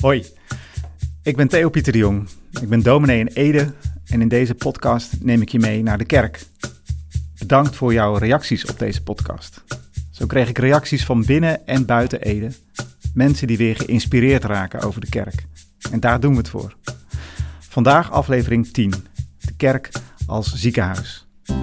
Hoi, ik ben Theo Pieter de Jong. Ik ben dominee in Ede en in deze podcast neem ik je mee naar de kerk. Bedankt voor jouw reacties op deze podcast. Zo kreeg ik reacties van binnen en buiten Ede. Mensen die weer geïnspireerd raken over de kerk. En daar doen we het voor. Vandaag aflevering 10. De kerk als ziekenhuis.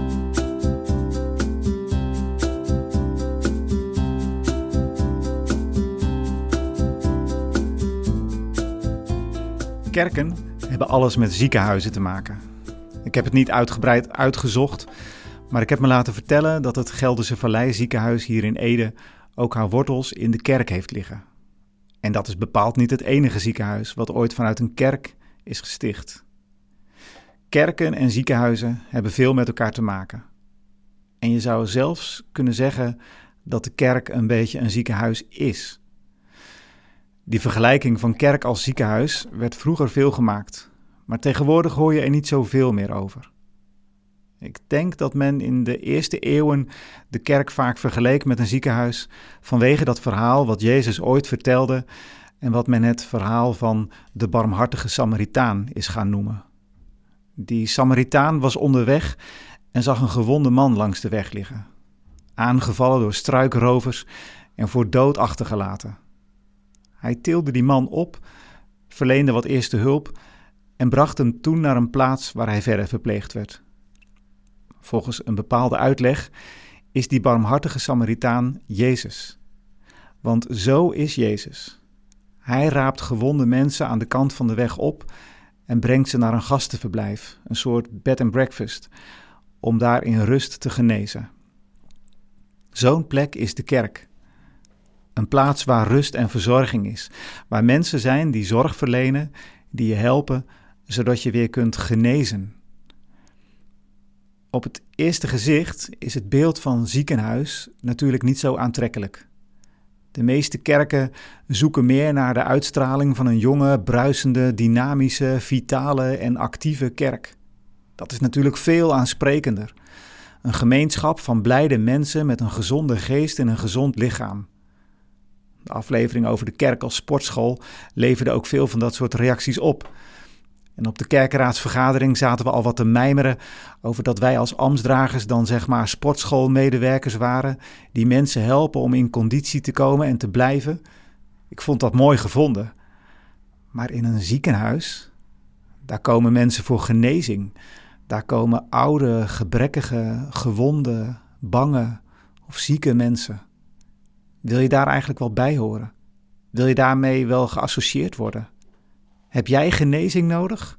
Kerken hebben alles met ziekenhuizen te maken. Ik heb het niet uitgebreid uitgezocht, maar ik heb me laten vertellen dat het Gelderse Vallei ziekenhuis hier in Ede ook haar wortels in de kerk heeft liggen. En dat is bepaald niet het enige ziekenhuis wat ooit vanuit een kerk is gesticht. Kerken en ziekenhuizen hebben veel met elkaar te maken. En je zou zelfs kunnen zeggen dat de kerk een beetje een ziekenhuis is. Die vergelijking van kerk als ziekenhuis werd vroeger veel gemaakt, maar tegenwoordig hoor je er niet zoveel meer over. Ik denk dat men in de eerste eeuwen de kerk vaak vergeleek met een ziekenhuis vanwege dat verhaal wat Jezus ooit vertelde en wat men het verhaal van de barmhartige Samaritaan is gaan noemen. Die Samaritaan was onderweg en zag een gewonde man langs de weg liggen, aangevallen door struikrovers en voor dood achtergelaten. Hij tilde die man op, verleende wat eerste hulp en bracht hem toen naar een plaats waar hij verder verpleegd werd. Volgens een bepaalde uitleg is die barmhartige Samaritaan Jezus. Want zo is Jezus. Hij raapt gewonde mensen aan de kant van de weg op en brengt ze naar een gastenverblijf, een soort bed and breakfast, om daar in rust te genezen. Zo'n plek is de kerk. Een plaats waar rust en verzorging is, waar mensen zijn die zorg verlenen, die je helpen, zodat je weer kunt genezen. Op het eerste gezicht is het beeld van ziekenhuis natuurlijk niet zo aantrekkelijk. De meeste kerken zoeken meer naar de uitstraling van een jonge, bruisende, dynamische, vitale en actieve kerk. Dat is natuurlijk veel aansprekender. Een gemeenschap van blijde mensen met een gezonde geest en een gezond lichaam. De aflevering over de kerk als sportschool leverde ook veel van dat soort reacties op. En op de kerkenraadsvergadering zaten we al wat te mijmeren over dat wij als ambtsdragers dan zeg maar sportschoolmedewerkers waren die mensen helpen om in conditie te komen en te blijven. Ik vond dat mooi gevonden. Maar in een ziekenhuis, daar komen mensen voor genezing. Daar komen oude, gebrekkige, gewonde, bange of zieke mensen. Wil je daar eigenlijk wel bij horen? Wil je daarmee wel geassocieerd worden? Heb jij genezing nodig?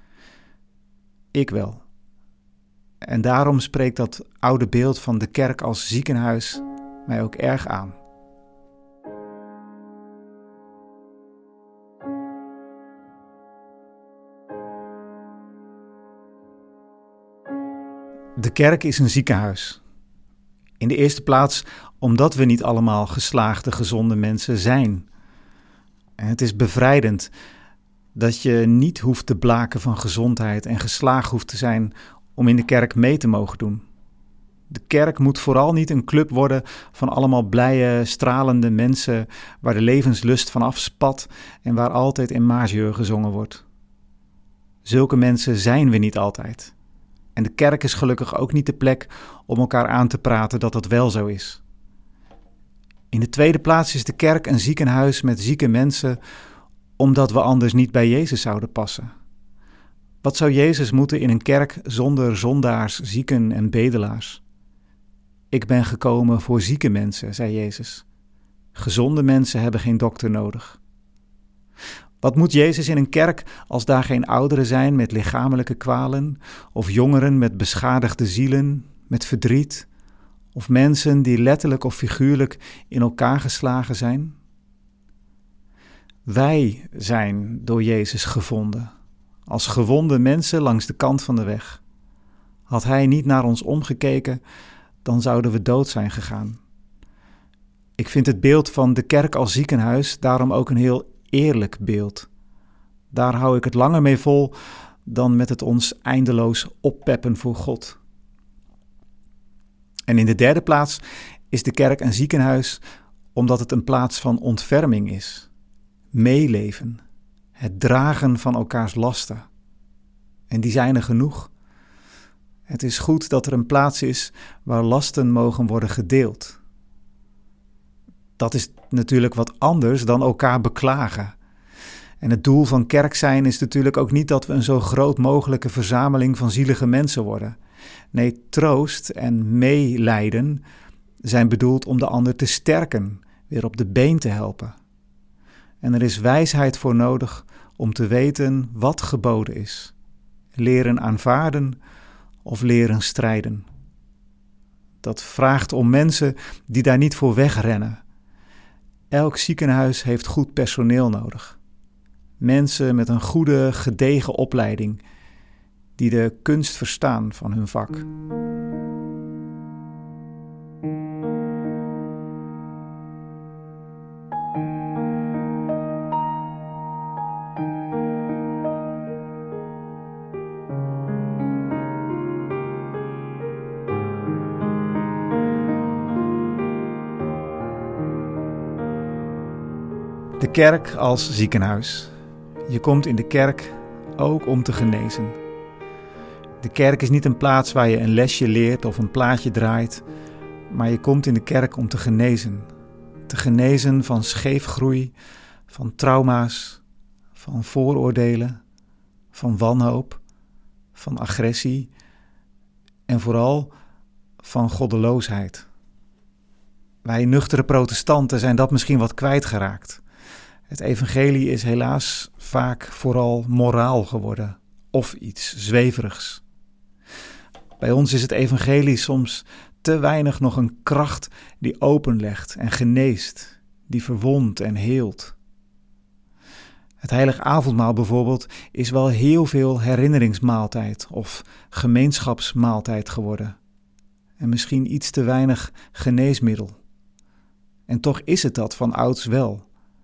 Ik wel. En daarom spreekt dat oude beeld van de kerk als ziekenhuis mij ook erg aan. De kerk is een ziekenhuis. In de eerste plaats omdat we niet allemaal geslaagde, gezonde mensen zijn. En het is bevrijdend dat je niet hoeft te blaken van gezondheid en geslaagd hoeft te zijn om in de kerk mee te mogen doen. De kerk moet vooral niet een club worden van allemaal blije, stralende mensen waar de levenslust van afspat en waar altijd in majeur gezongen wordt. Zulke mensen zijn we niet altijd. En de kerk is gelukkig ook niet de plek om elkaar aan te praten dat dat wel zo is. In de tweede plaats is de kerk een ziekenhuis met zieke mensen, omdat we anders niet bij Jezus zouden passen. Wat zou Jezus moeten in een kerk zonder zondaars, zieken en bedelaars? Ik ben gekomen voor zieke mensen, zei Jezus. Gezonde mensen hebben geen dokter nodig. Wat moet Jezus in een kerk als daar geen ouderen zijn met lichamelijke kwalen, of jongeren met beschadigde zielen, met verdriet, of mensen die letterlijk of figuurlijk in elkaar geslagen zijn? Wij zijn door Jezus gevonden, als gewonde mensen langs de kant van de weg. Had Hij niet naar ons omgekeken, dan zouden we dood zijn gegaan. Ik vind het beeld van de kerk als ziekenhuis daarom ook een heel eerlijk beeld. Daar hou ik het langer mee vol dan met het ons eindeloos oppeppen voor God. En in de derde plaats is de kerk een ziekenhuis omdat het een plaats van ontferming is. Meeleven, het dragen van elkaars lasten. En die zijn er genoeg. Het is goed dat er een plaats is waar lasten mogen worden gedeeld. Dat is natuurlijk wat anders dan elkaar beklagen. En het doel van kerk zijn is natuurlijk ook niet dat we een zo groot mogelijke verzameling van zielige mensen worden. Nee, troost en meelijden zijn bedoeld om de ander te sterken, weer op de been te helpen. En er is wijsheid voor nodig om te weten wat geboden is. Leren aanvaarden of leren strijden. Dat vraagt om mensen die daar niet voor wegrennen. Elk ziekenhuis heeft goed personeel nodig. Mensen met een goede, gedegen opleiding, die de kunst verstaan van hun vak. De kerk als ziekenhuis. Je komt in de kerk ook om te genezen. De kerk is niet een plaats waar je een lesje leert of een plaatje draait, maar je komt in de kerk om te genezen. Te genezen van scheefgroei, van trauma's, van vooroordelen, van wanhoop, van agressie en vooral van goddeloosheid. Wij nuchtere protestanten zijn dat misschien wat kwijtgeraakt. Het evangelie is helaas vaak vooral moraal geworden of iets zweverigs. Bij ons is het evangelie soms te weinig nog een kracht die openlegt en geneest, die verwondt en heelt. Het heilig avondmaal bijvoorbeeld is wel heel veel herinneringsmaaltijd of gemeenschapsmaaltijd geworden. En misschien iets te weinig geneesmiddel. En toch is het dat van ouds wel.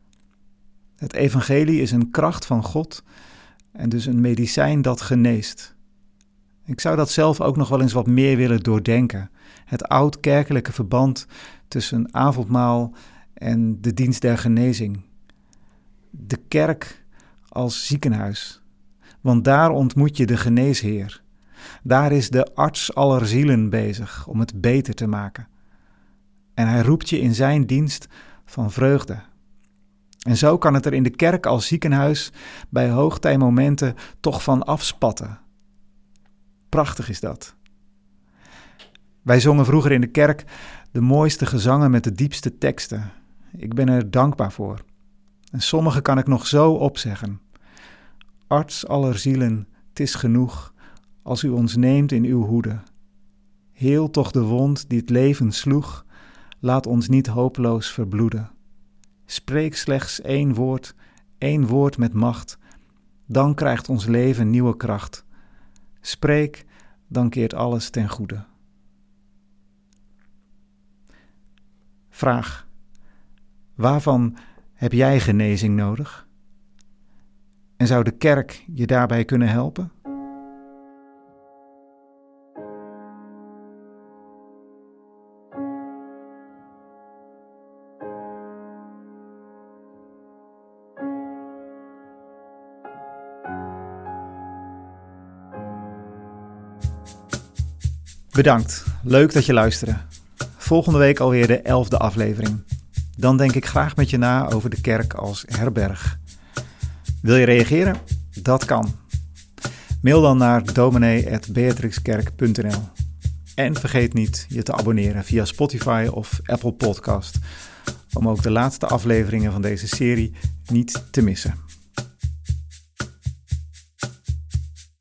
Het evangelie is een kracht van God en dus een medicijn dat geneest. Ik zou dat zelf ook nog wel eens wat meer willen doordenken. Het oud-kerkelijke verband tussen avondmaal en de dienst der genezing. De kerk als ziekenhuis, want daar ontmoet je de geneesheer. Daar is de arts aller zielen bezig om het beter te maken. En hij roept je in zijn dienst van vreugde. En zo kan het er in de kerk als ziekenhuis bij hoogtijmomenten toch van afspatten. Prachtig is dat. Wij zongen vroeger in de kerk de mooiste gezangen met de diepste teksten. Ik ben er dankbaar voor. En sommige kan ik nog zo opzeggen. Arts aller zielen, 't is genoeg, als u ons neemt in uw hoede. Heel toch de wond die het leven sloeg, laat ons niet hopeloos verbloeden. Spreek slechts één woord met macht, dan krijgt ons leven nieuwe kracht. Spreek, dan keert alles ten goede. Vraag: waarvan heb jij genezing nodig? En zou de kerk je daarbij kunnen helpen? Bedankt, leuk dat je luisterde. Volgende week alweer de 11e aflevering. Dan denk ik graag met je na over de kerk als herberg. Wil je reageren? Dat kan. Mail dan naar dominee@beatrixkerk.nl. En vergeet niet je te abonneren via Spotify of Apple Podcast, om ook de laatste afleveringen van deze serie niet te missen.